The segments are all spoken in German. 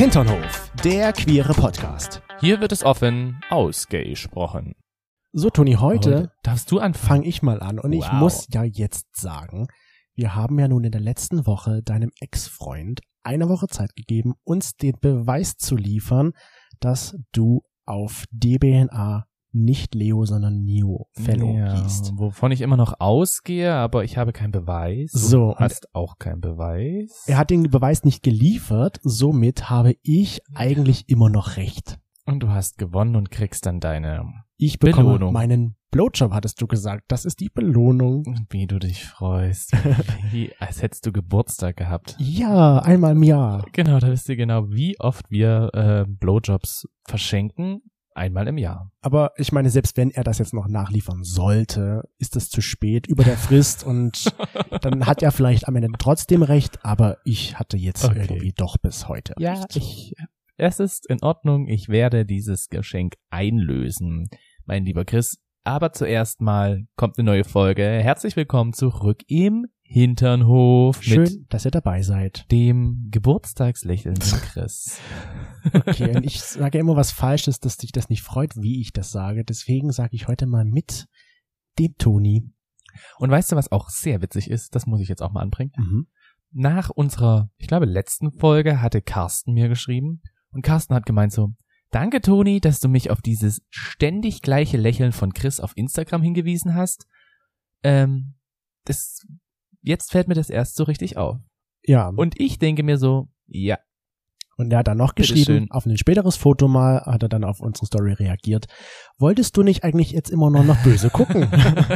Hinternhof, der queere Podcast. Hier wird es offen ausgesprochen. So, Toni, heute darfst du anfangen. Fange ich mal an. Und ich muss ja jetzt sagen, wir haben ja nun in der letzten Woche deinem Ex-Freund eine Woche Zeit gegeben, uns den Beweis zu liefern, dass du auf DBNA nicht Leo, sondern Neo Fellow hießt. Wovon ich immer noch ausgehe, aber ich habe keinen Beweis. So, du hast auch keinen Beweis. Er hat den Beweis nicht geliefert, somit habe ich eigentlich immer noch recht. Und du hast gewonnen und kriegst dann deine Ich bekomme Belohnung. Meinen Blowjob, hattest du gesagt. Das ist die Belohnung. Wie du dich freust. Wie, als hättest du Geburtstag gehabt. Ja, einmal im Jahr. Genau, da wisst ihr genau, wie oft wir Blowjobs verschenken. Einmal im Jahr. Aber ich meine, selbst wenn er das jetzt noch nachliefern sollte, ist es zu spät, über der Frist, und dann hat er vielleicht am Ende trotzdem recht, aber ich hatte jetzt irgendwie doch bis heute recht. Es ist in Ordnung, ich werde dieses Geschenk einlösen, mein lieber Chris. Aber zuerst mal kommt eine neue Folge. Herzlich willkommen zurück im Hinternhof. Schön, dass ihr dabei seid. Dem geburtstagslächelnden Chris. Okay, und ich sage immer was Falsches, dass dich das nicht freut, wie ich das sage. Deswegen sage ich heute mal mit dem Toni. Und weißt du, was auch sehr witzig ist? Das muss ich jetzt auch mal anbringen. Mhm. Nach unserer, ich glaube, letzten Folge hatte Carsten mir geschrieben. Und Carsten hat gemeint so: Danke, Toni, dass du mich auf dieses ständig gleiche Lächeln von Chris auf Instagram hingewiesen hast. Jetzt fällt mir das erst so richtig auf. Ja. Und ich denke mir so, ja. Und er hat dann noch geschrieben, auf ein späteres Foto mal, hat er dann auf unsere Story reagiert. Wolltest du nicht eigentlich jetzt immer nur noch böse gucken?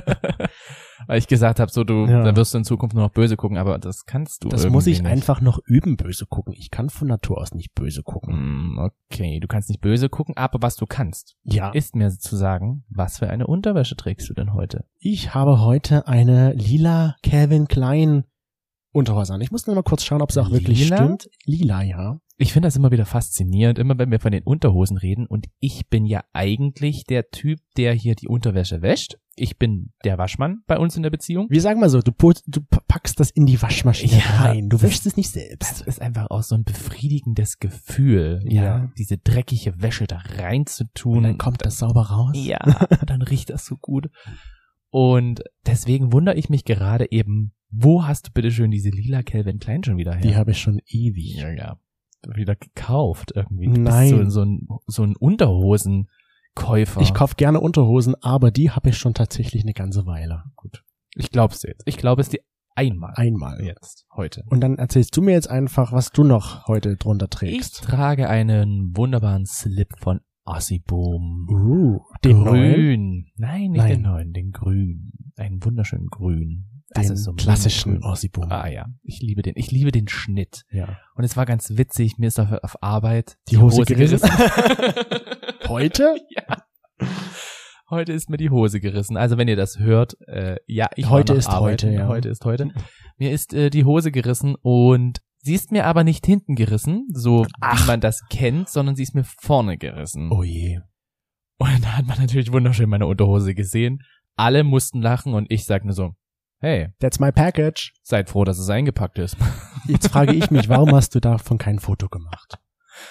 Weil ich gesagt habe, so da wirst du in Zukunft nur noch böse gucken, aber das kannst du. Das muss ich nicht. einfach noch üben, böse gucken. Ich kann von Natur aus nicht böse gucken. Okay, du kannst nicht böse gucken, aber was du kannst, ist mir zu sagen, was für eine Unterwäsche trägst du denn heute? Ich habe heute eine lila Calvin Klein Unterhose an. Ich muss nur mal kurz schauen, ob es auch wirklich stimmt. Lila, ja. Ich finde das immer wieder faszinierend, immer wenn wir von den Unterhosen reden, und ich bin ja eigentlich der Typ, der hier die Unterwäsche wäscht. Ich bin der Waschmann bei uns in der Beziehung. Wir sagen mal so, du packst das in die Waschmaschine rein. Du wäschst es nicht selbst. Das ist einfach auch so ein befriedigendes Gefühl, diese dreckige Wäsche da reinzutun. Und dann kommt das sauber raus. Ja, dann riecht das so gut. Und deswegen wundere ich mich gerade eben, wo hast du bitte schön diese lila Calvin Klein schon wieder her? Die habe ich schon ewig. Ja. Wieder gekauft irgendwie. Nein. Du bist so ein Unterhosenkäufer. Ich kaufe gerne Unterhosen, aber die habe ich schon tatsächlich eine ganze Weile. Gut. Ich glaub's jetzt. Ich glaube es dir einmal. Einmal. Jetzt. Heute. Und dann erzählst du mir jetzt einfach, was du noch heute drunter trägst. Ich trage einen wunderbaren Slip von Ossiboom. Den grün. Neuen? Nein, nicht den neuen, den grün. Einen wunderschönen grün. Das ist so klassischen Ossiboom. Ah ja, ich liebe den Schnitt. Ja. Und es war ganz witzig, mir ist auf Arbeit die Hose gerissen. Heute? Ja. Heute ist mir die Hose gerissen. Also wenn ihr das hört, heute ist heute. Mir ist die Hose gerissen, und sie ist mir aber nicht hinten gerissen, so wie man das kennt, sondern sie ist mir vorne gerissen. Oh je. Und da hat man natürlich wunderschön meine Unterhose gesehen. Alle mussten lachen, und ich sag nur so: Hey, that's my package. Seid froh, dass es eingepackt ist. Jetzt frage ich mich, warum hast du davon kein Foto gemacht?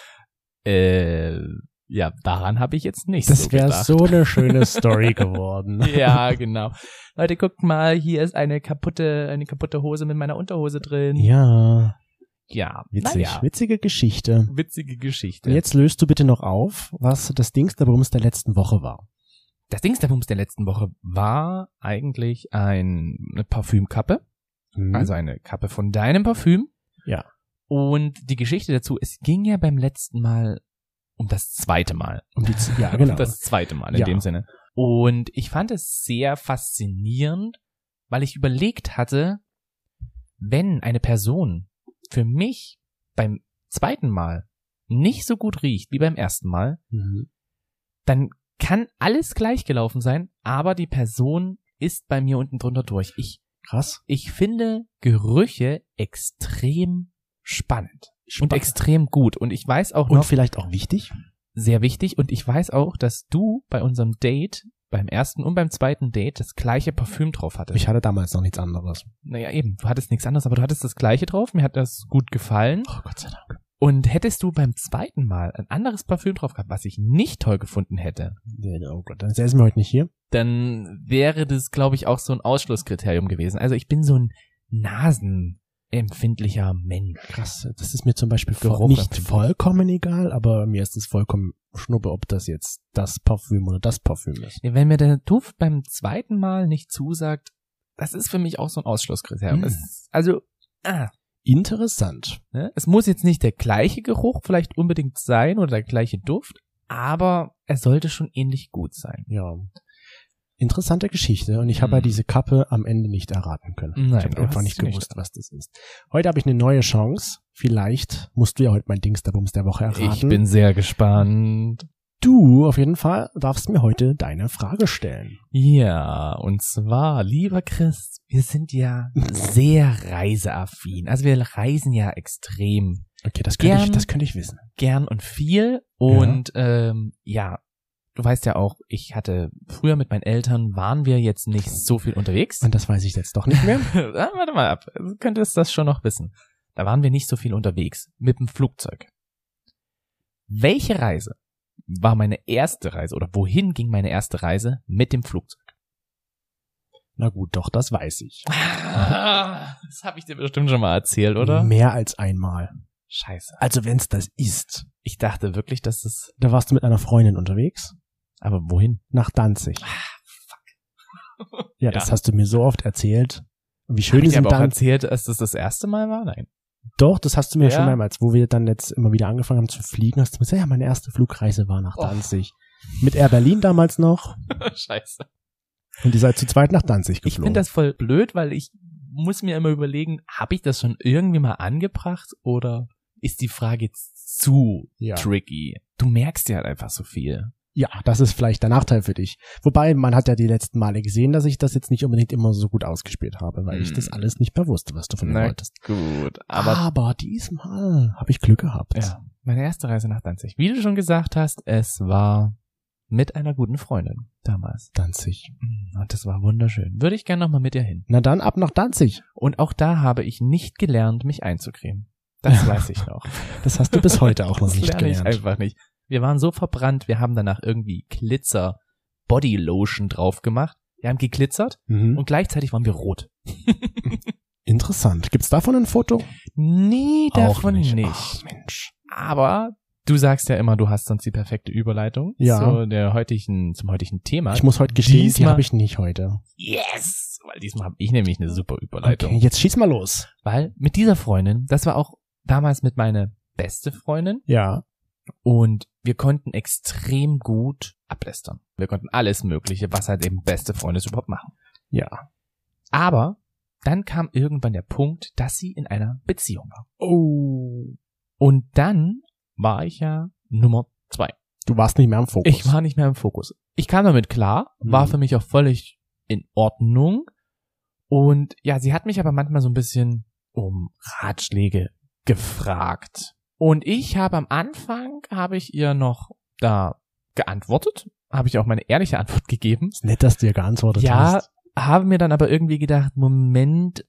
Ja, daran habe ich jetzt nicht so gedacht. Das wäre so eine schöne Story geworden. Ja, genau. Leute, guckt mal, hier ist eine kaputte Hose mit meiner Unterhose drin. Ja. Ja, witzig. Witzige Geschichte. Und jetzt löst du bitte noch auf, was das Dingsda-Bums der letzten Woche war. Das Dingsda-Bums der letzten Woche war eigentlich eine Parfümkappe. Also eine Kappe von deinem Parfüm. Ja. Und die Geschichte dazu, es ging ja beim letzten Mal um das zweite Mal. Ja, genau. Das zweite Mal in dem Sinne. Und ich fand es sehr faszinierend, weil ich überlegt hatte, wenn eine Person für mich beim zweiten Mal nicht so gut riecht wie beim ersten Mal, dann kann alles gleich gelaufen sein, aber die Person ist bei mir unten drunter durch. Ich finde Gerüche extrem spannend. Und extrem gut. Und ich weiß auch noch... Und vielleicht auch wichtig? Sehr wichtig. Und ich weiß auch, dass du bei unserem Date, beim ersten und beim zweiten Date, das gleiche Parfüm drauf hattest. Ich hatte damals noch nichts anderes. Naja, eben. Du hattest nichts anderes, aber du hattest das gleiche drauf. Mir hat das gut gefallen. Oh, Gott sei Dank. Und hättest du beim zweiten Mal ein anderes Parfüm drauf gehabt, was ich nicht toll gefunden hätte, Oh Gott, dann säßen wir heute nicht hier. dann wäre das, glaube ich, auch so ein Ausschlusskriterium gewesen. Also ich bin so ein nasenempfindlicher Mensch. Krass, das ist mir zum Beispiel Geruch nicht empfindlich. vollkommen egal, aber mir ist es vollkommen Schnuppe, ob das jetzt das Parfüm oder das Parfüm ist. Wenn mir der Duft beim zweiten Mal nicht zusagt, das ist für mich auch so ein Ausschlusskriterium. Es ist, also, Interessant. ne? Es muss jetzt nicht der gleiche Geruch vielleicht unbedingt sein oder der gleiche Duft, aber er sollte schon ähnlich gut sein. Ja. Interessante Geschichte und ich habe ja diese Kappe am Ende nicht erraten können. Nein, ich habe du einfach hast nicht sie nicht gewusst, was das ist. Heute habe ich eine neue Chance. Vielleicht musst du ja heute mein Dingsterbums der Woche erraten. Ich bin sehr gespannt. Du auf jeden Fall darfst mir heute deine Frage stellen. Ja, und zwar, lieber Chris, wir sind ja sehr reiseaffin. Also wir reisen ja extrem Okay, das Gern. könnte ich wissen. gern und viel. Und ja, du weißt ja auch, ich hatte früher mit meinen Eltern, waren wir jetzt nicht so viel unterwegs. Und das weiß ich jetzt doch nicht mehr. Warte mal ab, du könntest das schon noch wissen. Da waren wir nicht so viel unterwegs mit dem Flugzeug. Welche Reise war meine erste Reise oder wohin ging meine erste Reise mit dem Flugzeug? Na gut, doch, das weiß ich. Das habe ich dir bestimmt schon mal erzählt, oder? Mehr als einmal. Scheiße. Also wenn's das ist. Ich dachte wirklich, dass es... Da warst du mit einer Freundin unterwegs? Aber wohin? Nach Danzig. Fuck. Ja, das hast du mir so oft erzählt. Und wie schön Hab ist ich in aber auch Danzig. erzählt, dass das erste Mal war? Nein. Doch, das hast du mir Ja. schon mehrmals, wo wir dann jetzt immer wieder angefangen haben zu fliegen, hast du mir gesagt, ja, meine erste Flugreise war nach Danzig. Mit Air Berlin damals noch. Scheiße. Und ihr seid zu zweit nach Danzig Ich geflogen. finde das voll blöd, weil ich muss mir immer überlegen, habe ich das schon irgendwie mal angebracht oder ist die Frage jetzt zu Ja. tricky? Du merkst ja halt einfach so viel. Ja, das ist vielleicht der Nachteil für dich. Wobei, man hat ja die letzten Male gesehen, dass ich das jetzt nicht unbedingt immer so gut ausgespielt habe, weil ich das alles nicht mehr wusste, was du von mir wolltest. Gut, Aber diesmal habe ich Glück gehabt. ja, meine erste Reise nach Danzig. Wie du schon gesagt hast, es war mit einer guten Freundin damals. Danzig. Und das war wunderschön. Würde ich gerne nochmal mit ihr hin. Na dann, ab nach Danzig. Und auch da habe ich nicht gelernt, mich einzucremen. Das weiß ich noch. Das hast du bis heute auch noch Das nicht lerne ich gelernt. einfach nicht. Wir waren so verbrannt, wir haben danach irgendwie Glitzer Body Lotion drauf gemacht. Wir haben geglitzert Mhm. und gleichzeitig waren wir rot. Interessant. Gibt's davon ein Foto? Nee, davon nicht. Ach, Mensch. Aber du sagst ja immer, du hast sonst die perfekte Überleitung Ja. zum heutigen Thema. Ich muss heute gestehen, die Diesmal- habe ich nicht heute. Yes! Weil diesmal habe ich nämlich eine super Überleitung. Okay, jetzt schieß mal los. Weil mit dieser Freundin, das war auch damals mit meiner beste Freundin Ja. und wir konnten extrem gut ablästern. Wir konnten alles Mögliche, was halt eben beste Freunde überhaupt machen. Ja. Aber dann kam irgendwann der Punkt, dass sie in einer Beziehung war. Oh. Und dann war ich ja Nummer 2. Du warst nicht mehr am Fokus. Ich war nicht mehr im Fokus. Ich kam damit klar, war Mhm. für mich auch völlig in Ordnung. Und ja, sie hat mich aber manchmal so ein bisschen um Ratschläge gefragt. Und ich habe am Anfang, habe ich ihr noch da geantwortet, habe ich auch meine ehrliche Antwort gegeben. Ist nett, dass du ihr geantwortet Ja, hast. habe mir dann aber irgendwie gedacht, Moment,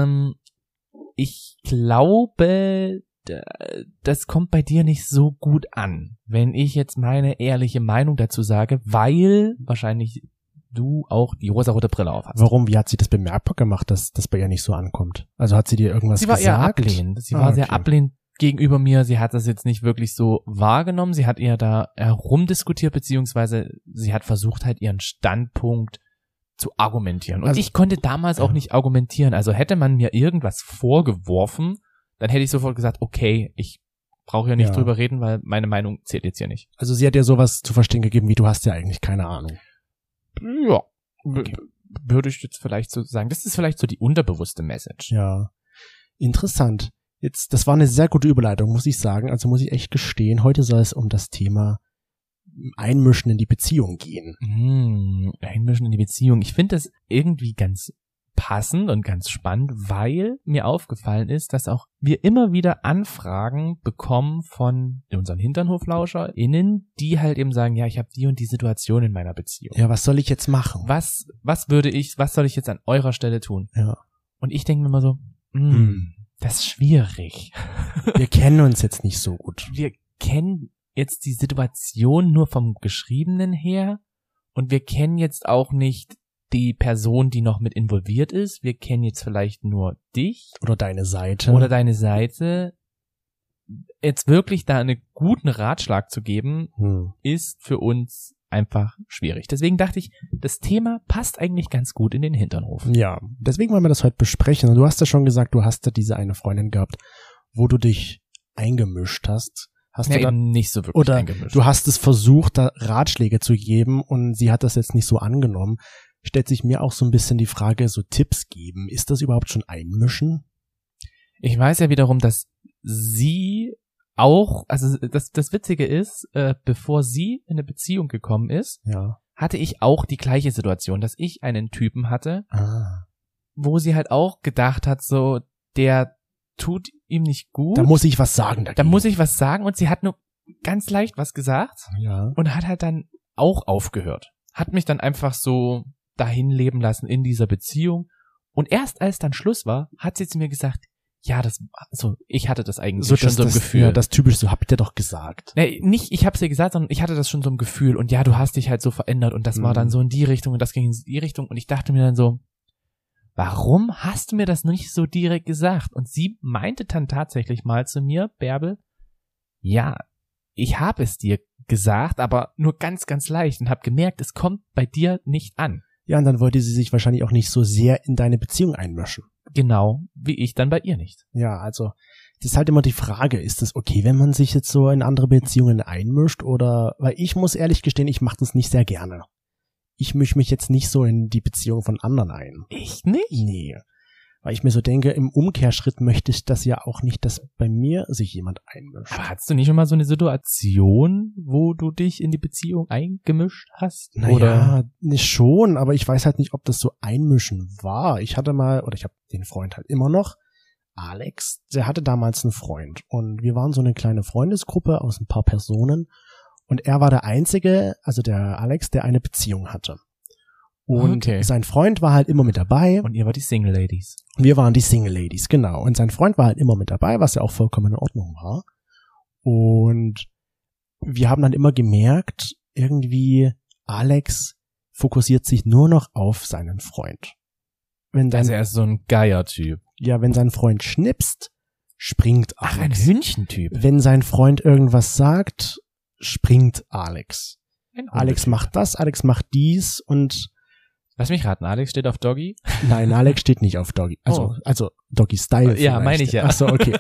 ich glaube, das kommt bei dir nicht so gut an, wenn ich jetzt meine ehrliche Meinung dazu sage, weil wahrscheinlich du auch die rosarote Brille auf hast. Warum? Wie hat sie das bemerkbar gemacht, dass das bei ihr nicht so ankommt? Also hat sie dir irgendwas Sie war gesagt? eher ablehnend. Sie war sehr okay. ablehnend gegenüber mir. Sie hat das jetzt nicht wirklich so wahrgenommen. Sie hat eher da herumdiskutiert, beziehungsweise sie hat versucht halt ihren Standpunkt zu argumentieren. Und Also- ich konnte damals auch nicht argumentieren. Also hätte man mir irgendwas vorgeworfen, dann hätte ich sofort gesagt, okay, ich brauche ja nicht Ja. drüber reden, weil meine Meinung zählt jetzt hier nicht. Also sie hat dir sowas zu verstehen gegeben, wie du hast ja eigentlich keine Ahnung. Ja, Okay. würde ich jetzt vielleicht so sagen. Das ist vielleicht so die unterbewusste Message. Ja. Interessant. Jetzt, das war eine sehr gute Überleitung, muss ich sagen. Also muss ich echt gestehen, heute soll es um das Thema Einmischen in die Beziehung gehen. Einmischen in die Beziehung. Ich finde das irgendwie ganz passend und ganz spannend, weil mir aufgefallen ist, dass auch wir immer wieder Anfragen bekommen von unseren HinternhoflauscherInnen, die halt eben sagen, ja, ich habe die und die Situation in meiner Beziehung. Ja, was soll ich jetzt machen? Was soll ich jetzt an eurer Stelle tun? Ja. Und ich denke mir immer so, Das ist schwierig. Wir kennen uns jetzt nicht so gut. Wir kennen jetzt die Situation nur vom Geschriebenen her und wir kennen jetzt auch nicht die Person, die noch mit involviert ist. Wir kennen jetzt vielleicht nur dich. Oder deine Seite. Jetzt wirklich da einen guten Ratschlag zu geben, ist für uns einfach schwierig. Deswegen dachte ich, das Thema passt eigentlich ganz gut in den Hinternhof. Ja, deswegen wollen wir das heute besprechen. Und du hast ja schon gesagt, du hast ja diese eine Freundin gehabt, wo du dich eingemischt hast. Hast du eben nicht so wirklich oder eingemischt. Du hast es versucht, da Ratschläge zu geben und sie hat das jetzt nicht so angenommen. Stellt sich mir auch so ein bisschen die Frage, so Tipps geben. Ist das überhaupt schon Einmischen? Ich weiß ja wiederum, dass sie auch, also das Witzige ist, bevor sie in eine Beziehung gekommen ist, hatte ich auch die gleiche Situation, dass ich einen Typen hatte, wo sie halt auch gedacht hat, so, der tut ihm nicht gut. Da muss ich was sagen dagegen. Da muss ich was sagen und sie hat nur ganz leicht was gesagt und hat halt dann auch aufgehört. Hat mich dann einfach so dahin leben lassen in dieser Beziehung und erst als dann Schluss war, hat sie zu mir gesagt, ja, ich hatte das eigentlich so, schon so ein Gefühl. Ja, das typisch, so habt ihr doch gesagt. Nee, nicht, ich hab's dir gesagt, sondern ich hatte das schon so ein Gefühl und ja, du hast dich halt so verändert und das war dann so in die Richtung und das ging in die Richtung und ich dachte mir dann so, warum hast du mir das nicht so direkt gesagt? Und sie meinte dann tatsächlich mal zu mir, Bärbel, ja, ich habe es dir gesagt, aber nur ganz, ganz leicht und habe gemerkt, es kommt bei dir nicht an. Ja, und dann wollte sie sich wahrscheinlich auch nicht so sehr in deine Beziehung einmischen. Genau, wie ich dann bei ihr nicht. Ja, also das ist halt immer die Frage, ist es okay, wenn man sich jetzt so in andere Beziehungen einmischt oder, weil ich muss ehrlich gestehen, ich mache das nicht sehr gerne. Ich mische mich jetzt nicht so in die Beziehung von anderen ein. Echt nicht? Nee. Weil ich mir so denke, im Umkehrschritt möchte ich das ja auch nicht, dass bei mir sich jemand einmischt. Aber hattest du nicht schon mal so eine Situation, wo du dich in die Beziehung eingemischt hast? Naja, nicht schon, aber ich weiß halt nicht, ob das so Einmischen war. Ich habe den Freund halt immer noch, Alex, der hatte damals einen Freund und wir waren so eine kleine Freundesgruppe aus ein paar Personen und er war der Einzige, also der Alex, der eine Beziehung hatte. Und sein Freund war halt immer mit dabei. Und ihr wart die Single Ladies. Wir waren die Single Ladies, genau. Und sein Freund war halt immer mit dabei, was ja auch vollkommen in Ordnung war. Und wir haben dann immer gemerkt, irgendwie Alex fokussiert sich nur noch auf seinen Freund. Also er ist so ein Geier-Typ. Ja, wenn sein Freund schnipst, springt Alex. Ach, ein Hündchentyp. Wenn sein Freund irgendwas sagt, springt Alex. Alex macht das, Alex macht dies und lass mich raten, Alex steht auf Doggy? Nein, Alex steht nicht auf Doggy. Also Doggy-Style. Ja, meine ich ja. Ach so, okay.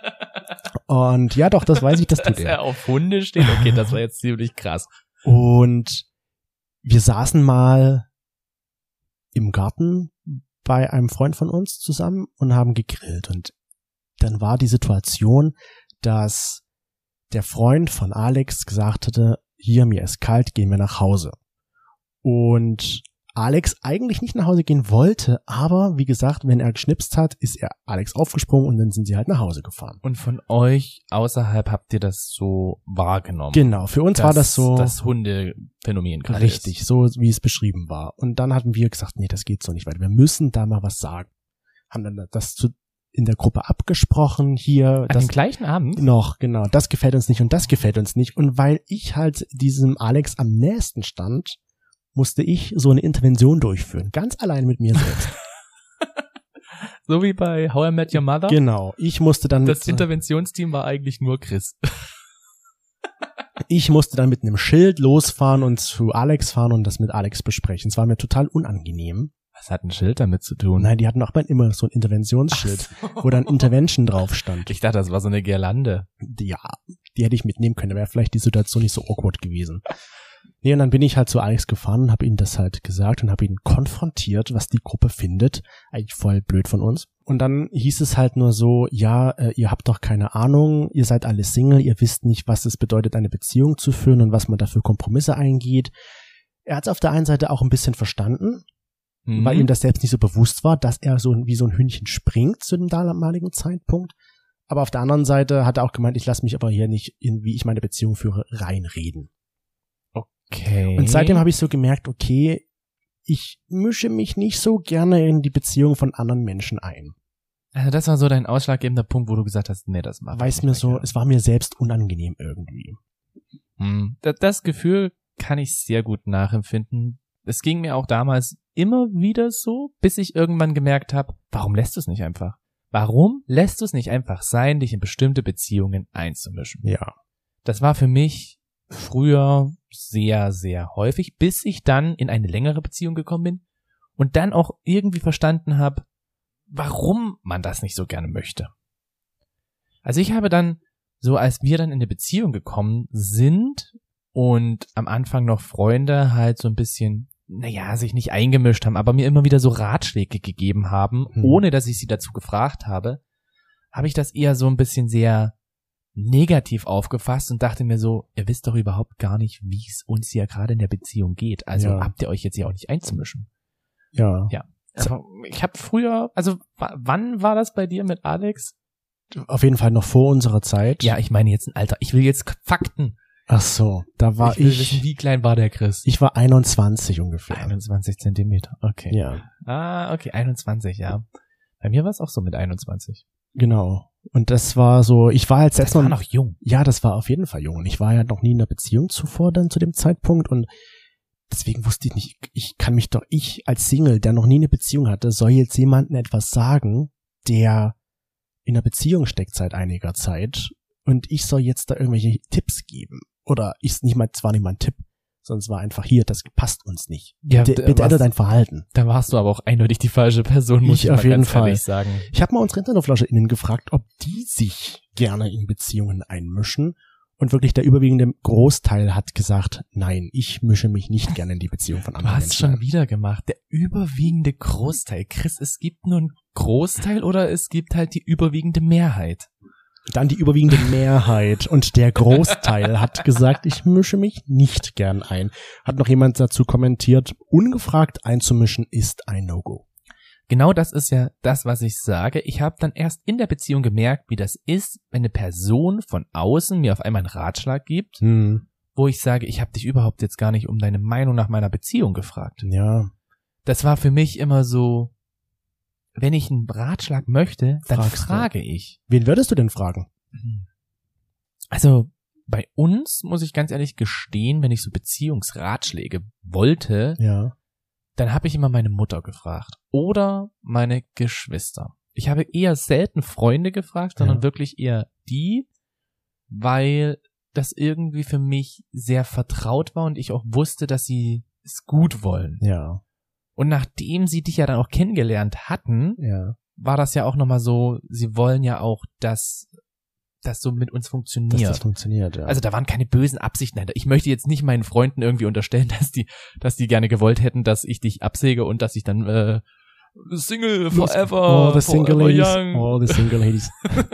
Und ja, doch, das weiß ich, das tut er. Dass er auf Hunde steht? Okay, das war jetzt ziemlich krass. Und wir saßen mal im Garten bei einem Freund von uns zusammen und haben gegrillt. Und dann war die Situation, dass der Freund von Alex gesagt hatte, hier, mir ist kalt, gehen wir nach Hause. Und Alex eigentlich nicht nach Hause gehen wollte, aber wie gesagt, wenn er geschnipst hat, ist er Alex aufgesprungen und dann sind sie halt nach Hause gefahren. Und von euch außerhalb habt ihr das so wahrgenommen? Genau, für uns war das so das Hundephänomen gerade. Richtig, so wie es beschrieben war. Und dann hatten wir gesagt, nee, das geht so nicht weiter. Wir müssen da mal was sagen. Haben dann das in der Gruppe abgesprochen, hier. An dem gleichen Abend? Noch, genau. Das gefällt uns nicht und das gefällt uns nicht. Und weil ich halt diesem Alex am nächsten stand, musste ich so eine Intervention durchführen. Ganz allein mit mir selbst. So wie bei How I Met Your Mother? Genau. Ich musste dann das Interventionsteam war eigentlich nur Chris. Ich musste dann mit einem Schild losfahren und zu Alex fahren und das mit Alex besprechen. Es war mir total unangenehm. Was hat ein Schild damit zu tun? Nein, die hatten auch immer so ein Interventionsschild, wo dann Intervention drauf stand. Ich dachte, das war so eine Girlande. Ja, die hätte ich mitnehmen können, da wäre vielleicht die Situation nicht so awkward gewesen. Nee, und dann bin ich halt zu Alex gefahren und habe ihm das halt gesagt und habe ihn konfrontiert, was die Gruppe findet. Eigentlich voll blöd von uns. Und dann hieß es halt nur so, ja, ihr habt doch keine Ahnung, ihr seid alle Single, ihr wisst nicht, was es bedeutet, eine Beziehung zu führen und was man da für Kompromisse eingeht. Er hat es auf der einen Seite auch ein bisschen verstanden, weil ihm das selbst nicht so bewusst war, dass er so wie so ein Hühnchen springt zu dem damaligen Zeitpunkt. Aber auf der anderen Seite hat er auch gemeint, ich lasse mich aber hier nicht in, wie ich meine Beziehung führe, reinreden. Okay. Und seitdem habe ich so gemerkt, okay, ich mische mich nicht so gerne in die Beziehung von anderen Menschen ein. Also das war so dein ausschlaggebender Punkt, wo du gesagt hast, nee, das mache ich nicht. Es war mir selbst unangenehm irgendwie. Das Gefühl kann ich sehr gut nachempfinden. Es ging mir auch damals immer wieder so, bis ich irgendwann gemerkt habe, warum lässt du es nicht einfach? Warum lässt du es nicht einfach sein, dich in bestimmte Beziehungen einzumischen? Ja. Das war für mich früher sehr, sehr häufig, bis ich dann in eine längere Beziehung gekommen bin und dann auch irgendwie verstanden habe, warum man das nicht so gerne möchte. Also ich habe dann, so als wir dann in eine Beziehung gekommen sind und am Anfang noch Freunde halt so ein bisschen, sich nicht eingemischt haben, aber mir immer wieder so Ratschläge gegeben haben, ohne dass ich sie dazu gefragt habe ich das eher so ein bisschen sehr negativ aufgefasst und dachte mir so, ihr wisst doch überhaupt gar nicht, wie es uns hier gerade in der Beziehung geht. Also habt ihr euch jetzt ja auch nicht einzumischen. Ja. Ja. Also ich habe früher, also wann war das bei dir mit Alex? Auf jeden Fall noch vor unserer Zeit. Ja, ich meine jetzt ein Alter. Ich will jetzt Fakten. Ach so, da war ich will wissen, wie klein war der Chris? Ich war 21 ungefähr. 21 Zentimeter, okay. Ja. Okay, 21, ja. Bei mir war es auch so mit 21. Genau. Und das war so, ich war jetzt das war noch jung. Ja, das war auf jeden Fall jung. Und ich war ja noch nie in einer Beziehung zuvor dann zu dem Zeitpunkt und deswegen wusste ich nicht, ich als Single, der noch nie eine Beziehung hatte, soll jetzt jemandem etwas sagen, der in einer Beziehung steckt seit einiger Zeit und ich soll jetzt da irgendwelche Tipps geben. Oder zwar nicht mal ein Tipp, sondern es war einfach hier, das passt uns nicht. Ja, bitte ändere dein Verhalten. Da warst du aber auch eindeutig die falsche Person, muss ich auf jeden Fall sagen. Ich habe mal unsere InternetflauscherInnen gefragt, ob die sich gerne in Beziehungen einmischen. Und wirklich der überwiegende Großteil hat gesagt, nein, ich mische mich nicht gerne in die Beziehung von anderen Menschen. Du hast schon wieder gemacht. Der überwiegende Großteil. Chris, es gibt nur einen Großteil oder es gibt halt die überwiegende Mehrheit? Dann die überwiegende Mehrheit. Und der Großteil hat gesagt, ich mische mich nicht gern ein. Hat noch jemand dazu kommentiert, ungefragt einzumischen ist ein No-Go. Genau das ist ja das, was ich sage. Ich habe dann erst in der Beziehung gemerkt, wie das ist, wenn eine Person von außen mir auf einmal einen Ratschlag gibt, wo ich sage, ich habe dich überhaupt jetzt gar nicht um deine Meinung nach meiner Beziehung gefragt. Ja. Das war für mich immer so, wenn ich einen Ratschlag möchte, dann frage ich. Wen würdest du denn fragen? Also bei uns, muss ich ganz ehrlich gestehen, wenn ich so Beziehungsratschläge wollte, dann habe ich immer meine Mutter gefragt oder meine Geschwister. Ich habe eher selten Freunde gefragt, sondern wirklich eher die, weil das irgendwie für mich sehr vertraut war und ich auch wusste, dass sie es gut wollen. Ja. Und nachdem sie dich ja dann auch kennengelernt hatten, war das ja auch nochmal so, sie wollen ja auch, dass das so mit uns funktioniert. Dass das funktioniert, ja. Also da waren keine bösen Absichten dahinter. Ich möchte jetzt nicht meinen Freunden irgendwie unterstellen, dass die gerne gewollt hätten, dass ich dich absäge und dass ich dann Single forever, all the single ladies, young. All the single ladies.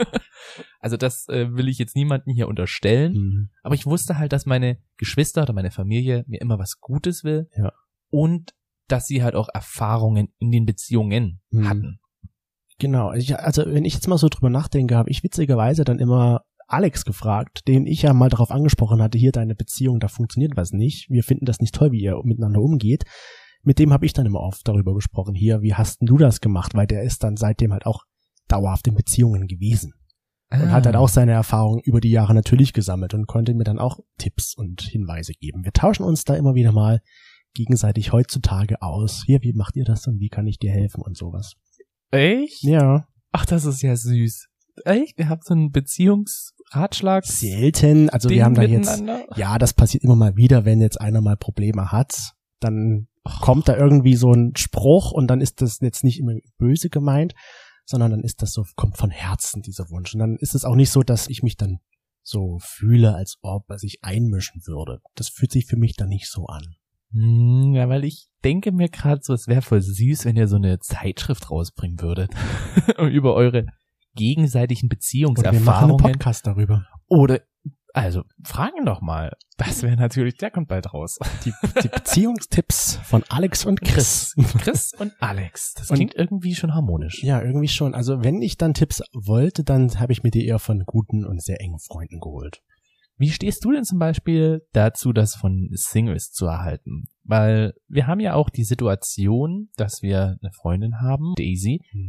Also das will ich jetzt niemanden hier unterstellen. Aber ich wusste halt, dass meine Geschwister oder meine Familie mir immer was Gutes will. Ja. Und dass sie halt auch Erfahrungen in den Beziehungen hatten. Genau, also wenn ich jetzt mal so drüber nachdenke, habe ich witzigerweise dann immer Alex gefragt, den ich ja mal darauf angesprochen hatte, hier deine Beziehung, da funktioniert was nicht, wir finden das nicht toll, wie ihr miteinander umgeht. Mit dem habe ich dann immer oft darüber gesprochen, hier, wie hast denn du das gemacht, weil der ist dann seitdem halt auch dauerhaft in Beziehungen gewesen. Und hat halt auch seine Erfahrungen über die Jahre natürlich gesammelt und konnte mir dann auch Tipps und Hinweise geben. Wir tauschen uns da immer wieder mal gegenseitig heutzutage aus. Hier, wie macht ihr das und wie kann ich dir helfen und sowas. Echt? Ja. Ach, das ist ja süß. Echt? Ihr habt so einen Beziehungsratschlag? Selten. Also wir haben da jetzt, ja, das passiert immer mal wieder, wenn jetzt einer mal Probleme hat, dann kommt da irgendwie so ein Spruch und dann ist das jetzt nicht immer böse gemeint, sondern dann ist das so, kommt von Herzen dieser Wunsch. Und dann ist es auch nicht so, dass ich mich dann so fühle, als ob er sich einmischen würde. Das fühlt sich für mich dann nicht so an. Ja, weil ich denke mir gerade so, es wäre voll süß, wenn ihr so eine Zeitschrift rausbringen würdet über eure gegenseitigen Beziehungserfahrungen. Oder wir machen einen Podcast darüber. Oder, also, fragen doch mal. Das wäre natürlich, der kommt bald raus. Die Beziehungstipps von Alex und Chris. Chris und Alex. Das klingt irgendwie schon harmonisch. Ja, irgendwie schon. Also wenn ich dann Tipps wollte, dann habe ich mir die eher von guten und sehr engen Freunden geholt. Wie stehst du denn zum Beispiel dazu, das von Singles zu erhalten? Weil wir haben ja auch die Situation, dass wir eine Freundin haben, Daisy,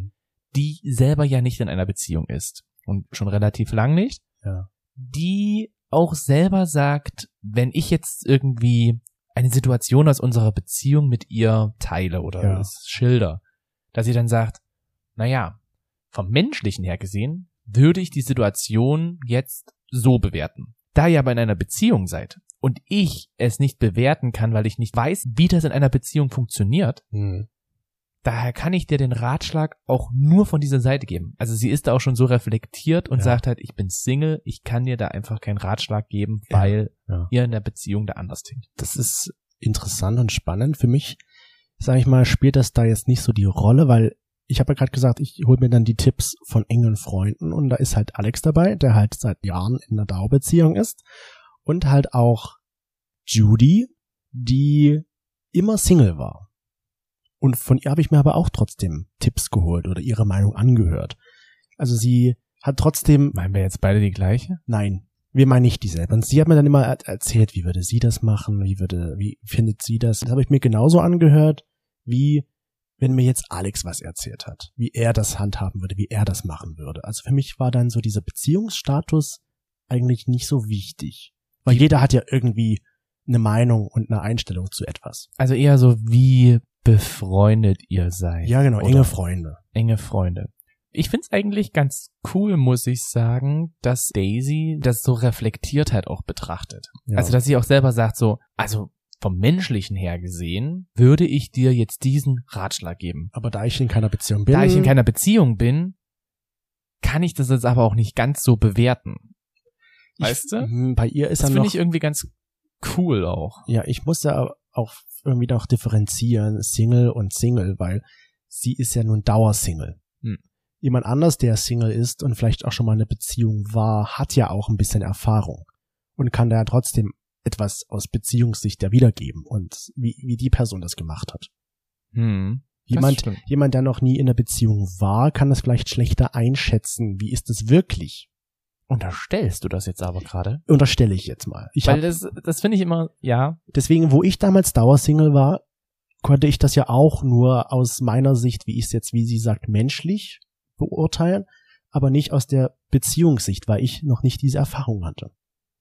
die selber ja nicht in einer Beziehung ist und schon relativ lang nicht, Ja. die auch selber sagt, wenn ich jetzt irgendwie eine Situation aus unserer Beziehung mit ihr teile oder schilder, dass sie dann sagt, naja, vom Menschlichen her gesehen, würde ich die Situation jetzt so bewerten. Da ihr aber in einer Beziehung seid und ich es nicht bewerten kann, weil ich nicht weiß, wie das in einer Beziehung funktioniert, daher kann ich dir den Ratschlag auch nur von dieser Seite geben. Also sie ist da auch schon so reflektiert und sagt halt, ich bin Single, ich kann dir da einfach keinen Ratschlag geben, weil ihr in der Beziehung da anders tickt. Das ist interessant und spannend. Für mich, sage ich mal, spielt das da jetzt nicht so die Rolle, weil ich habe ja gerade gesagt, ich hole mir dann die Tipps von engen Freunden und da ist halt Alex dabei, der halt seit Jahren in einer Dauerbeziehung ist und halt auch Judy, die immer Single war. Und von ihr habe ich mir aber auch trotzdem Tipps geholt oder ihre Meinung angehört. Also sie hat trotzdem... Meinen wir jetzt beide die gleiche? Nein, wir meinen nicht dieselbe. Und sie hat mir dann immer erzählt, wie würde sie das machen, wie findet sie das. Das habe ich mir genauso angehört, wie wenn mir jetzt Alex was erzählt hat, wie er das handhaben würde, wie er das machen würde. Also für mich war dann so dieser Beziehungsstatus eigentlich nicht so wichtig. Weil jeder hat ja irgendwie eine Meinung und eine Einstellung zu etwas. Also eher so, wie befreundet ihr seid. Ja, genau, enge Freunde. Enge Freunde. Ich find's eigentlich ganz cool, muss ich sagen, dass Daisy das so reflektiert halt auch betrachtet. Ja. Also, dass sie auch selber sagt so, also vom Menschlichen her gesehen, würde ich dir jetzt diesen Ratschlag geben. Aber da ich in keiner Beziehung bin, kann ich das jetzt aber auch nicht ganz so bewerten. Weißt du? Bei ihr ist das finde ich irgendwie ganz cool auch. Ja, ich muss ja auch irgendwie noch differenzieren, Single und Single, weil sie ist ja nun Dauersingle. Jemand anders, der Single ist und vielleicht auch schon mal in einer Beziehung war, hat ja auch ein bisschen Erfahrung und kann da ja trotzdem etwas aus Beziehungssicht ja wiedergeben und wie die Person das gemacht hat. Jemand, der noch nie in einer Beziehung war, kann das vielleicht schlechter einschätzen. Wie ist es wirklich? Unterstellst du das jetzt aber gerade? Unterstelle ich jetzt mal. Weil das finde ich immer, ja. Deswegen, wo ich damals Dauersingle war, konnte ich das ja auch nur aus meiner Sicht, wie ich es jetzt, wie sie sagt, menschlich beurteilen, aber nicht aus der Beziehungssicht, weil ich noch nicht diese Erfahrung hatte.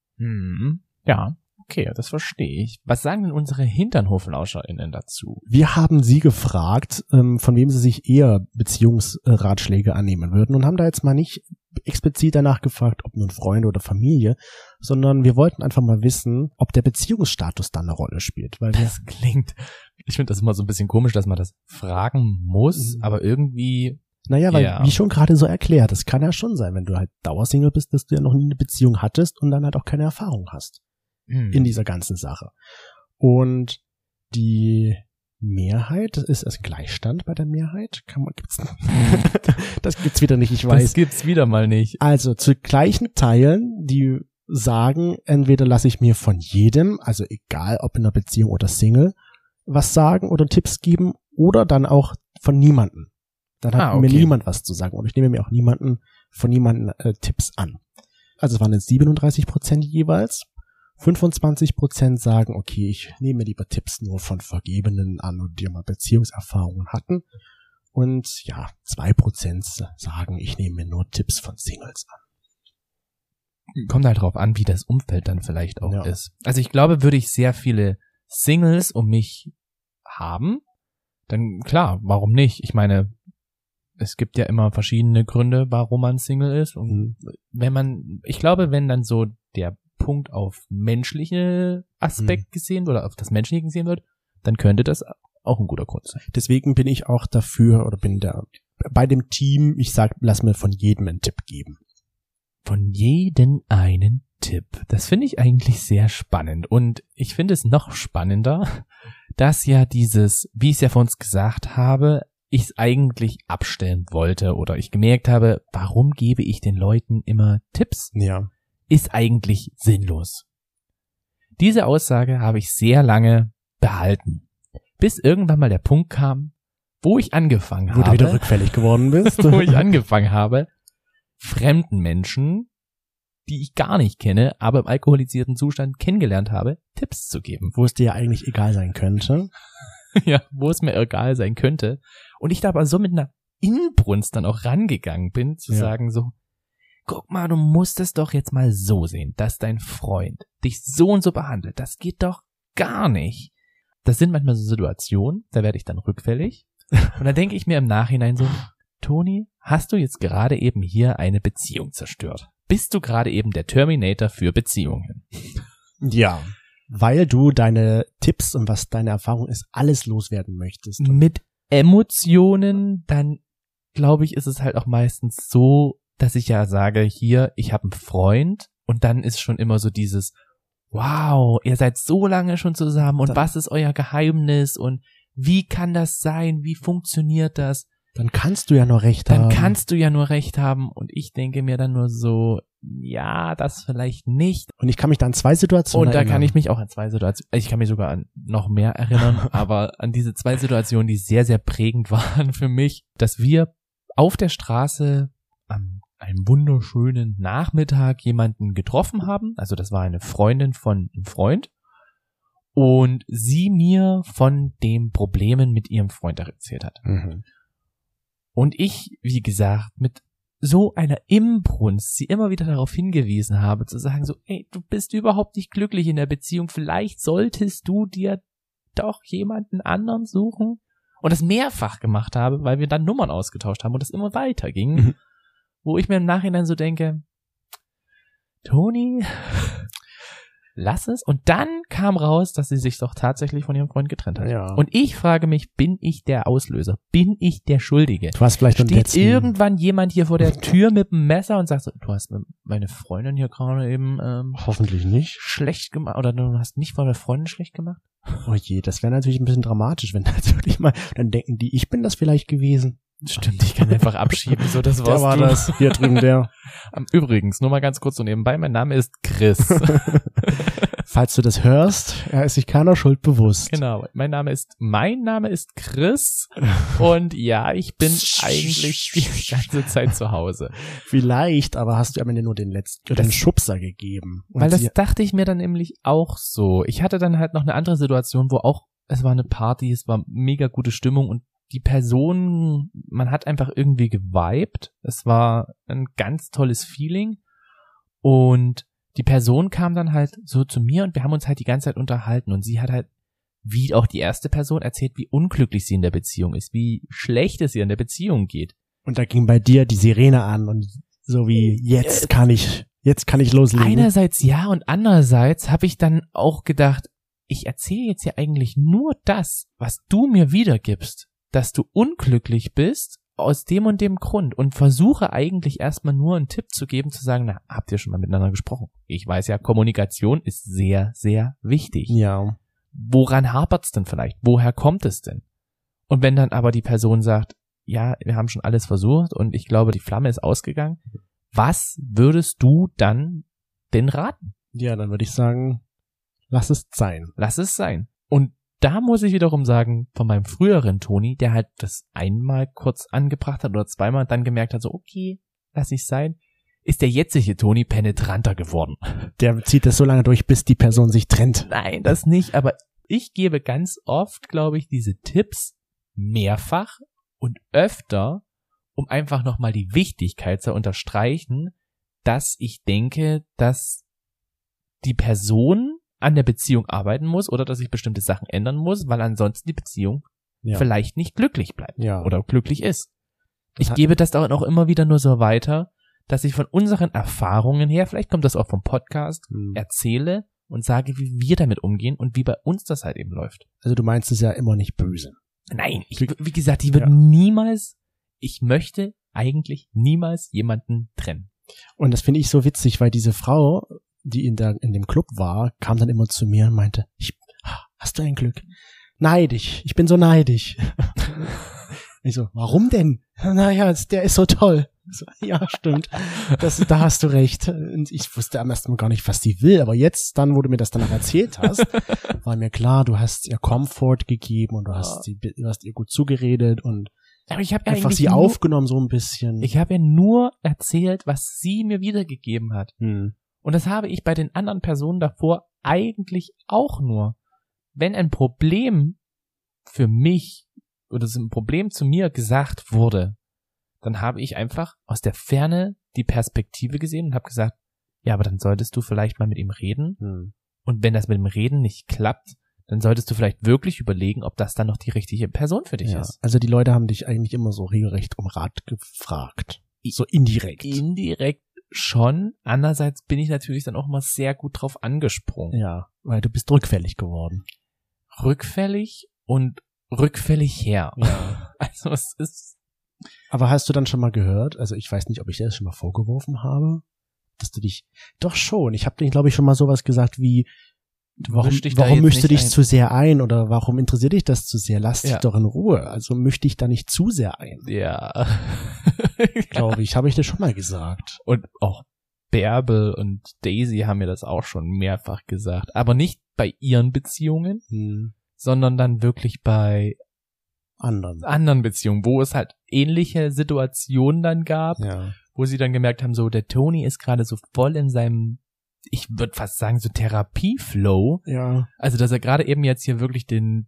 Ja, okay, das verstehe ich. Was sagen denn unsere HinternhoflauscherInnen dazu? Wir haben sie gefragt, von wem sie sich eher Beziehungsratschläge annehmen würden und haben da jetzt mal nicht explizit danach gefragt, ob nun Freunde oder Familie, sondern wir wollten einfach mal wissen, ob der Beziehungsstatus dann eine Rolle spielt. Weil das klingt, ich finde das immer so ein bisschen komisch, dass man das fragen muss, aber irgendwie... Naja, weil wie schon gerade so erklärt, es kann ja schon sein, wenn du halt Dauersingle bist, dass du ja noch nie eine Beziehung hattest und dann halt auch keine Erfahrung hast in dieser ganzen Sache. Und die Mehrheit, das ist ein Gleichstand bei der Mehrheit, das gibt's wieder nicht, ich weiß. Das gibt's wieder mal nicht. Also zu gleichen Teilen, die sagen, entweder lasse ich mir von jedem, also egal ob in einer Beziehung oder Single, was sagen oder Tipps geben oder dann auch von niemandem. Dann hat mir niemand was zu sagen und ich nehme mir auch von niemandem Tipps an. Also es waren jetzt 37% jeweils. 25% sagen, okay, ich nehme lieber Tipps nur von Vergebenen an und die mal Beziehungserfahrungen hatten. Und ja, 2% sagen, ich nehme mir nur Tipps von Singles an. Kommt halt drauf an, wie das Umfeld dann vielleicht auch ist. Also ich glaube, würde ich sehr viele Singles um mich haben, dann klar, warum nicht? Ich meine, es gibt ja immer verschiedene Gründe, warum man Single ist. Und ich glaube, wenn dann so der Punkt auf menschliche Aspekt gesehen oder auf das Menschliche gesehen wird, dann könnte das auch ein guter Grund sein. Deswegen bin ich auch dafür oder bin da bei dem Team, ich sag, lass mir von jedem einen Tipp geben. Von jedem einen Tipp. Das finde ich eigentlich sehr spannend und ich finde es noch spannender, dass ja dieses, wie ich es ja vor uns gesagt habe, ich es eigentlich abstellen wollte oder ich gemerkt habe, warum gebe ich den Leuten immer Tipps? Ja. Ist eigentlich sinnlos. Diese Aussage habe ich sehr lange behalten, bis irgendwann mal der Punkt kam, wo ich angefangen habe. Wo du wieder rückfällig geworden bist. Wo ich angefangen habe, fremden Menschen, die ich gar nicht kenne, aber im alkoholisierten Zustand kennengelernt habe, Tipps zu geben. Wo es dir ja eigentlich egal sein könnte. Ja, wo es mir egal sein könnte. Und ich da aber so mit einer Inbrunst dann auch rangegangen bin, zu sagen so, guck mal, du musst es doch jetzt mal so sehen, dass dein Freund dich so und so behandelt. Das geht doch gar nicht. Das sind manchmal so Situationen, da werde ich dann rückfällig. Und dann denke ich mir im Nachhinein so, Toni, hast du jetzt gerade eben hier eine Beziehung zerstört? Bist du gerade eben der Terminator für Beziehungen? Ja, weil du deine Tipps und was deine Erfahrung ist, alles loswerden möchtest. Mit Emotionen, dann glaube ich, ist es halt auch meistens so, dass ich ja sage, hier, ich habe einen Freund und dann ist schon immer so dieses, wow, ihr seid so lange schon zusammen und was ist euer Geheimnis und wie kann das sein, wie funktioniert das? Dann kannst du ja nur recht haben. Dann kannst du ja nur recht haben und ich denke mir dann nur so, ja, das vielleicht nicht. Und ich kann mich da an 2 Situationen erinnern. Und da kann ich mich auch an 2 Situationen, ich kann mich sogar an noch mehr erinnern, aber an diese 2 Situationen, die sehr, sehr prägend waren für mich, dass wir auf der Straße an einem wunderschönen Nachmittag jemanden getroffen haben. Also das war eine Freundin von einem Freund. Und sie mir von den Problemen mit ihrem Freund erzählt hat. Mhm. Und ich, wie gesagt, mit so einer Inbrunst sie immer wieder darauf hingewiesen habe, zu sagen so, ey, du bist überhaupt nicht glücklich in der Beziehung, vielleicht solltest du dir doch jemanden anderen suchen. Und das mehrfach gemacht habe, weil wir dann Nummern ausgetauscht haben und das immer weiter ging. Mhm. Wo ich mir im Nachhinein so denke, Toni, lass es. Und dann kam raus, dass sie sich doch tatsächlich von ihrem Freund getrennt hat. Ja. Und ich frage mich, bin ich der Auslöser? Bin ich der Schuldige? Du hast vielleicht Steht irgendwann jemand hier vor der Tür mit dem Messer und sagt so, du hast meine Freundin hier gerade eben hoffentlich nicht schlecht gemacht oder du hast mich vor der Freundin schlecht gemacht? Oh je, das wäre natürlich ein bisschen dramatisch, wenn das wirklich mal, dann denken die, ich bin das vielleicht gewesen. Stimmt, ich kann einfach abschieben, so das war's. Der war das, hier drüben der. Übrigens, nur mal ganz kurz so nebenbei, mein Name ist Chris. Falls du das hörst, er ist sich keiner Schuld bewusst. Genau, mein Name ist Chris und ja, ich bin eigentlich die ganze Zeit zu Hause. Vielleicht, aber hast du am Ende nur den Schubser gegeben. Und weil das dachte ich mir dann nämlich auch so. Ich hatte dann halt noch eine andere Situation, wo auch, es war eine Party, es war mega gute Stimmung und die Person, man hat einfach irgendwie geweibt. Es war ein ganz tolles Feeling und die Person kam dann halt so zu mir und wir haben uns halt die ganze Zeit unterhalten und sie hat halt, wie auch die erste Person, erzählt, wie unglücklich sie in der Beziehung ist, wie schlecht es ihr in der Beziehung geht. Und da ging bei dir die Sirene an und so wie, jetzt kann ich loslegen. Einerseits ja und andererseits habe ich dann auch gedacht, ich erzähle jetzt ja eigentlich nur das, was du mir wiedergibst, dass du unglücklich bist aus dem und dem Grund und versuche eigentlich erstmal nur einen Tipp zu geben, zu sagen, na, habt ihr schon mal miteinander gesprochen? Ich weiß ja, Kommunikation ist sehr, sehr wichtig. Ja. Woran hapert's denn vielleicht? Woher kommt es denn? Und wenn dann aber die Person sagt, ja, wir haben schon alles versucht und ich glaube, die Flamme ist ausgegangen, was würdest du dann denn raten? Ja, dann würde ich sagen, lass es sein. Lass es sein. Und da muss ich wiederum sagen, von meinem früheren Toni, der halt das einmal kurz angebracht hat oder zweimal und dann gemerkt hat, so okay, lass ich sein, ist der jetzige Toni penetranter geworden. Der zieht das so lange durch, bis die Person sich trennt. Nein, das nicht, aber ich gebe ganz oft, glaube ich, diese Tipps mehrfach und öfter, um einfach nochmal die Wichtigkeit zu unterstreichen, dass ich denke, dass die Person an der Beziehung arbeiten muss oder dass ich bestimmte Sachen ändern muss, weil ansonsten die Beziehung vielleicht nicht glücklich bleibt oder glücklich ist. Ich gebe das dann auch immer wieder nur so weiter, dass ich von unseren Erfahrungen her, vielleicht kommt das auch vom Podcast, erzähle und sage, wie wir damit umgehen und wie bei uns das halt eben läuft. Also du meinst es ja immer nicht böse. Nein, wie gesagt, ich würde ich möchte eigentlich niemals jemanden trennen. Und das finde ich so witzig, weil diese Frau, die in dem Club war, kam dann immer zu mir und meinte, hast du ein Glück? Neidisch, ich bin so neidisch. Ich so, warum denn? Naja, der ist so toll. So, ja, stimmt. Da hast du recht. Und ich wusste am ersten Mal gar nicht, was die will, aber jetzt, dann, wo du mir das danach erzählt hast, war mir klar, du hast ihr Comfort gegeben und du hast ihr gut zugeredet und aber ich habe einfach sie aufgenommen so ein bisschen. Ich habe ja nur erzählt, was sie mir wiedergegeben hat. Und das habe ich bei den anderen Personen davor eigentlich auch nur. Wenn ein Problem für mich oder ein Problem zu mir gesagt wurde, dann habe ich einfach aus der Ferne die Perspektive gesehen und habe gesagt, ja, aber dann solltest du vielleicht mal mit ihm reden. Und wenn das mit dem Reden nicht klappt, dann solltest du vielleicht wirklich überlegen, ob das dann noch die richtige Person für dich ist. Also die Leute haben dich eigentlich immer so regelrecht um Rat gefragt. So indirekt. Indirekt schon. Andererseits bin ich natürlich dann auch immer sehr gut drauf angesprungen. Ja, weil du bist rückfällig geworden. Rückfällig und rückfällig her. Ja. Also es ist... Aber hast du dann schon mal gehört, also ich weiß nicht, ob ich dir das schon mal vorgeworfen habe, dass du dich... Doch schon, ich habe dir, glaube ich, schon mal sowas gesagt wie, warum mischst du dich zu sehr ein oder warum interessiert dich das zu sehr? Lass dich doch in Ruhe. Also misch dich da nicht zu sehr ein. Ja. Glaube ich, habe ich dir schon mal gesagt. Und auch Bärbel und Daisy haben mir das auch schon mehrfach gesagt. Aber nicht bei ihren Beziehungen, sondern dann wirklich bei anderen Beziehungen, wo es halt ähnliche Situationen dann gab, wo sie dann gemerkt haben, so der Toni ist gerade so voll in seinem, ich würde fast sagen, so Therapieflow. Ja. Also, dass er gerade eben jetzt hier wirklich den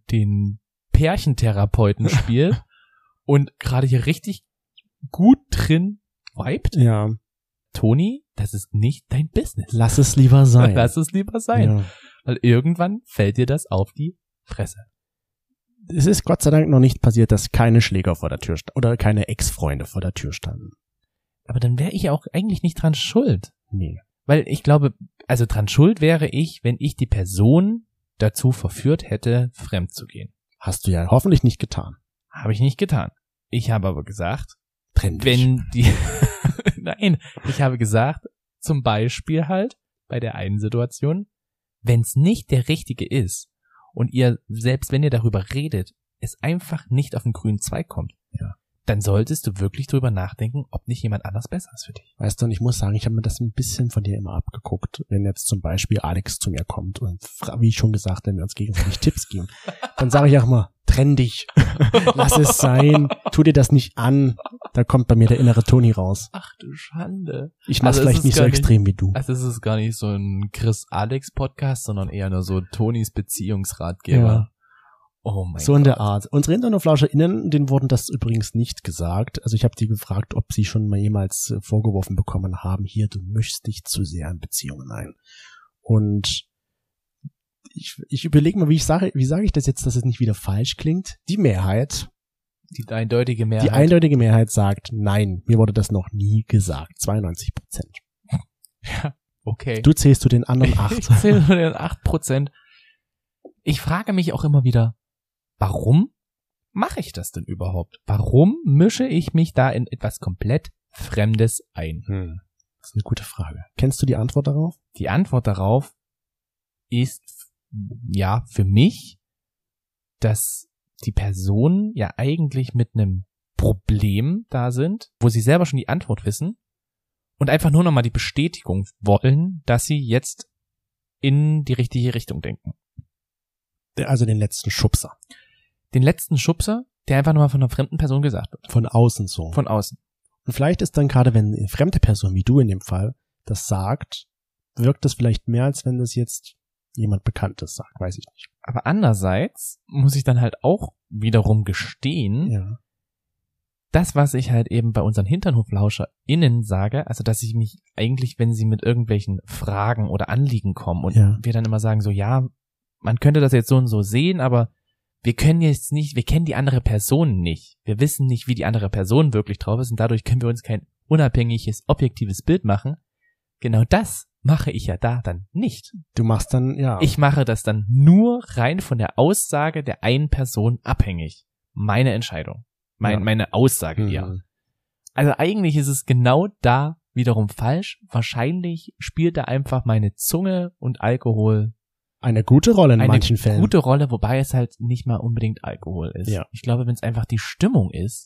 Pärchentherapeuten spielt und gerade hier richtig gut drin vibet. Ja. Toni, das ist nicht dein Business. Lass es lieber sein. Lass es lieber sein. Ja. Weil irgendwann fällt dir das auf die Fresse. Es ist Gott sei Dank noch nicht passiert, dass keine Schläger vor der Tür standen oder keine Ex-Freunde vor der Tür standen. Aber dann wäre ich auch eigentlich nicht dran schuld. Nee. Weil ich glaube, also dran schuld wäre ich, wenn ich die Person dazu verführt hätte, fremd zu gehen. Hast du ja hoffentlich nicht getan. Habe ich nicht getan. Ich habe aber gesagt, Trenn dich. wenn die, nein, ich habe gesagt, zum Beispiel halt bei der einen Situation, wenn es nicht der richtige ist und ihr, selbst wenn ihr darüber redet, es einfach nicht auf den grünen Zweig kommt, dann solltest du wirklich drüber nachdenken, ob nicht jemand anders besser ist für dich. Weißt du, und ich muss sagen, ich habe mir das ein bisschen von dir immer abgeguckt, wenn jetzt zum Beispiel Alex zu mir kommt und, wie ich schon gesagt, wenn wir uns gegenseitig Tipps geben, dann sage ich auch mal, trenn dich, lass es sein, tu dir das nicht an, da kommt bei mir der innere Toni raus. Ach du Schande. Ich mach's vielleicht nicht so extrem wie du. Also es ist gar nicht so ein Chris-Alex-Podcast, sondern eher nur so Tonis Beziehungsratgeber. Ja. Oh mein Gott. So in der Art. Unsere HinternoflauscherInnen, denen wurden das übrigens nicht gesagt. Also ich habe die gefragt, ob sie schon mal jemals vorgeworfen bekommen haben, hier, du mischst dich zu sehr in Beziehungen ein. Und ich überlege mal, wie sage ich das jetzt, dass es nicht wieder falsch klingt? Die Mehrheit. Die eindeutige Mehrheit. Die eindeutige Mehrheit sagt, nein, mir wurde das noch nie gesagt. 92%. Ja, okay. Du zählst zu den anderen 8. Ich zähle zu den 8%. Ich frage mich auch immer wieder, warum mache ich das denn überhaupt? Warum mische ich mich da in etwas komplett Fremdes ein? Das ist eine gute Frage. Kennst du die Antwort darauf? Die Antwort darauf ist, ja, für mich, dass die Personen ja eigentlich mit einem Problem da sind, wo sie selber schon die Antwort wissen und einfach nur nochmal die Bestätigung wollen, dass sie jetzt in die richtige Richtung denken. Also den letzten Schubser. Den letzten Schubser, der einfach nochmal von einer fremden Person gesagt wird. Von außen so. Von außen. Und vielleicht ist dann gerade, wenn eine fremde Person, wie du in dem Fall, das sagt, wirkt das vielleicht mehr, als wenn das jetzt jemand Bekanntes sagt, weiß ich nicht. Aber andererseits muss ich dann halt auch wiederum gestehen, das, was ich halt eben bei unseren HinternhoflauscherInnen sage, also dass ich mich eigentlich, wenn sie mit irgendwelchen Fragen oder Anliegen kommen und wir dann immer sagen so, ja, man könnte das jetzt so und so sehen, aber wir kennen die andere Person nicht. Wir wissen nicht, wie die andere Person wirklich drauf ist und dadurch können wir uns kein unabhängiges, objektives Bild machen. Genau das mache ich ja da dann nicht. Du machst dann, Ich mache das dann nur rein von der Aussage der einen Person abhängig. Meine Entscheidung. Meine Aussage eher. Also eigentlich ist es genau da wiederum falsch. Wahrscheinlich spielt da einfach meine Zunge und Alkohol eine gute Rolle in manchen Fällen. Eine gute Rolle, wobei es halt nicht mal unbedingt Alkohol ist. Ja. Ich glaube, wenn es einfach die Stimmung ist,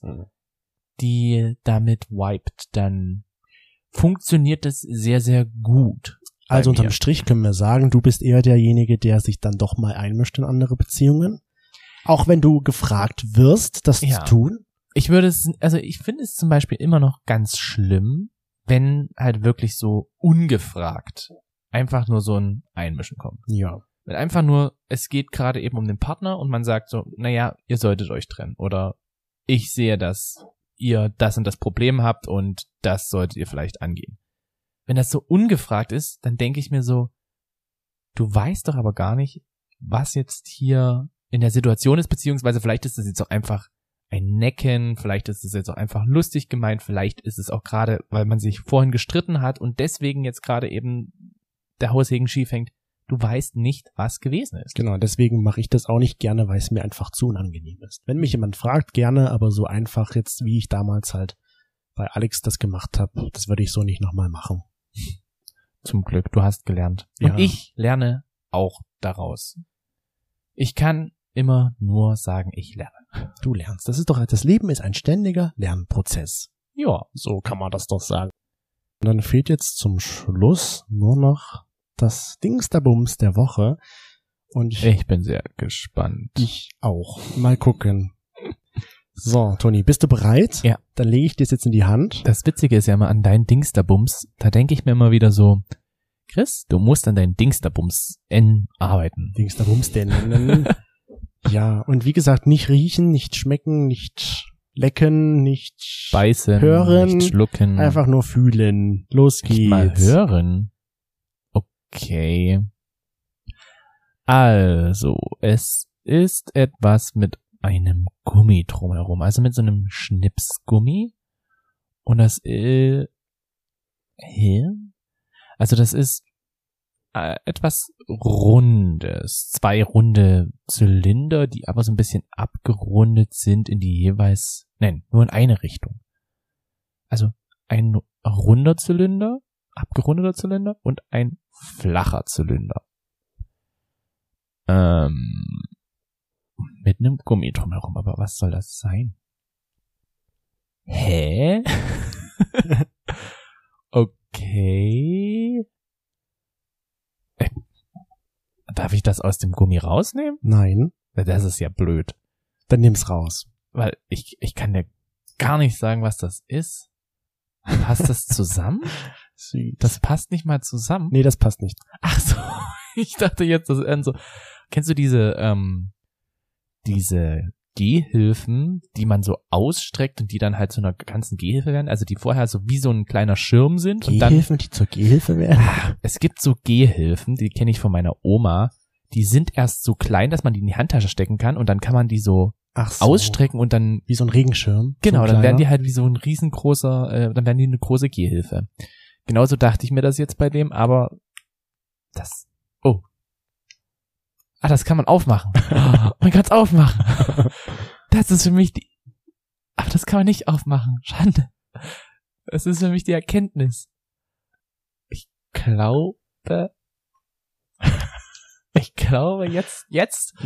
die damit vibet, dann funktioniert es sehr, sehr gut. Also unterm Strich können wir sagen, du bist eher derjenige, der sich dann doch mal einmischt in andere Beziehungen. Auch wenn du gefragt wirst, das zu tun. Ich finde es zum Beispiel immer noch ganz schlimm, wenn halt wirklich so ungefragt einfach nur so ein Einmischen kommt. Ja. Wenn einfach nur, es geht gerade eben um den Partner und man sagt so, naja, ihr solltet euch trennen. Oder ich sehe das ihr das und das Problem habt und das solltet ihr vielleicht angehen. Wenn das so ungefragt ist, dann denke ich mir so, du weißt doch aber gar nicht, was jetzt hier in der Situation ist, beziehungsweise vielleicht ist es jetzt auch einfach ein Necken, vielleicht ist es jetzt auch einfach lustig gemeint, vielleicht ist es auch gerade, weil man sich vorhin gestritten hat und deswegen jetzt gerade eben der Haussegen schief hängt. Du weißt nicht, was gewesen ist. Genau, deswegen mache ich das auch nicht gerne, weil es mir einfach zu unangenehm ist. Wenn mich jemand fragt, gerne, aber so einfach jetzt, wie ich damals halt bei Alex das gemacht habe, das würde ich so nicht nochmal machen. Zum Glück, du hast gelernt. Und Ja. ich lerne auch daraus. Ich kann immer nur sagen, ich lerne. Du lernst. Das Leben ist ein ständiger Lernprozess. Ja. So kann man das doch sagen. Und dann fehlt jetzt zum Schluss nur noch das Dingsterbums der Woche. Und Ich bin sehr gespannt. ich auch. Mal gucken. So, Toni, bist du bereit? Ja. Dann lege ich dir das jetzt in die Hand. Das Witzige ist ja immer an deinen Dingsterbums, da denke ich mir immer wieder so, Chris, du musst an deinen Dingsterbums arbeiten. Dingsterbums denn. Ja, und wie gesagt, nicht riechen, nicht schmecken, nicht lecken, nicht Beißen, hören, nicht schlucken. einfach nur fühlen. Los nicht geht's. mal hören. Okay. Also, es ist etwas mit einem Gummi drumherum, also mit so einem Schnipsgummi. Und das ist, also das ist etwas Rundes, 2 runde Zylinder, die aber so ein bisschen abgerundet sind in die jeweils, nur in eine Richtung. Also ein runder Zylinder, abgerundeter Zylinder und ein flacher Zylinder. Mit einem Gummi drumherum, aber was soll das sein? Hä? Okay. Darf ich das aus dem Gummi rausnehmen? Nein, Das ist ja blöd. dann nimm's raus. Weil ich kann dir gar nicht sagen, was das ist. Passt das zusammen? Das passt nicht mal zusammen. Nee, das passt nicht. Ach so, ich dachte jetzt, das ist so. Kennst du diese Gehhilfen, die man so ausstreckt und die dann halt zu einer ganzen Gehhilfe werden? Also die vorher so wie so ein kleiner Schirm sind und dann Gehhilfen, die zur Gehhilfe werden? es gibt so Gehhilfen, die kenne ich von meiner Oma. Die sind erst so klein, dass man die in die Handtasche stecken kann und dann kann man die so Ach so. ausstrecken und dann Wie so ein Regenschirm. genau, so ein dann werden die kleiner. halt wie so ein riesengroßer, dann werden die eine große Gehhilfe. Genauso dachte ich mir das jetzt bei dem, aber das kann man aufmachen. Man kann es aufmachen. Das ist für mich aber das kann man nicht aufmachen. Schande. Das ist für mich die Erkenntnis. Ich glaube, jetzt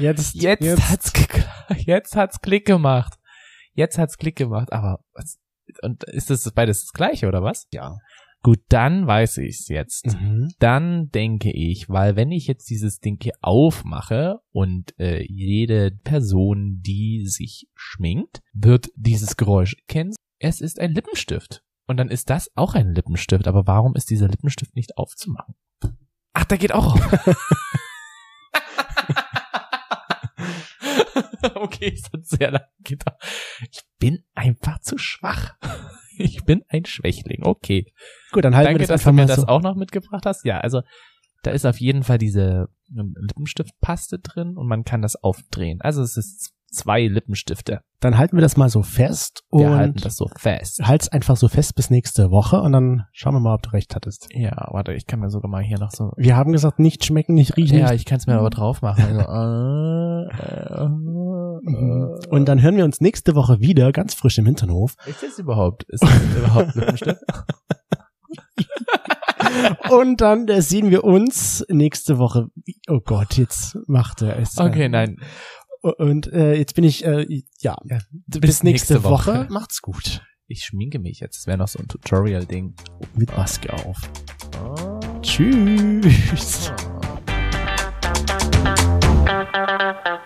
hat's Klick gemacht. Aber ist das beides das Gleiche, oder was? Ja. Gut, dann weiß ich's jetzt. Mhm. Dann denke ich, weil wenn ich jetzt dieses Ding hier aufmache und jede Person, die sich schminkt, wird dieses Geräusch kennen. Es ist ein Lippenstift. Und dann ist das auch ein Lippenstift. Aber warum ist dieser Lippenstift nicht aufzumachen? Ach, der geht auch auf. Okay, es hat sehr lange gedauert. Ich bin einfach zu schwach. Ich bin ein Schwächling. Okay. Gut, dann halten Danke, wir das dass du einfach mir mal das so. auch noch mitgebracht hast. Ja, also da ist auf jeden Fall diese Lippenstiftpaste drin und man kann das aufdrehen. Also es ist 2 Lippenstifte. Dann halten wir das mal so fest Wir halten und das so fest. halt's einfach so fest bis nächste Woche und dann schauen wir mal, ob du recht hattest. Ja, warte, ich kann mir sogar mal hier noch so... Wir haben gesagt, nicht schmecken, nicht riechen. Ja, nicht. ich kann es mir aber drauf machen. Und dann hören wir uns nächste Woche wieder, ganz frisch im Hinternhof. Ist das überhaupt Lippenstift? Und dann sehen wir uns nächste Woche. Oh Gott, jetzt macht er es. Okay, nein. Und jetzt bin ich, bis nächste Woche. Macht's gut. Ich schminke mich jetzt. Das wäre noch so ein Tutorial-Ding. Mit Maske auf. Tschüss. Oh.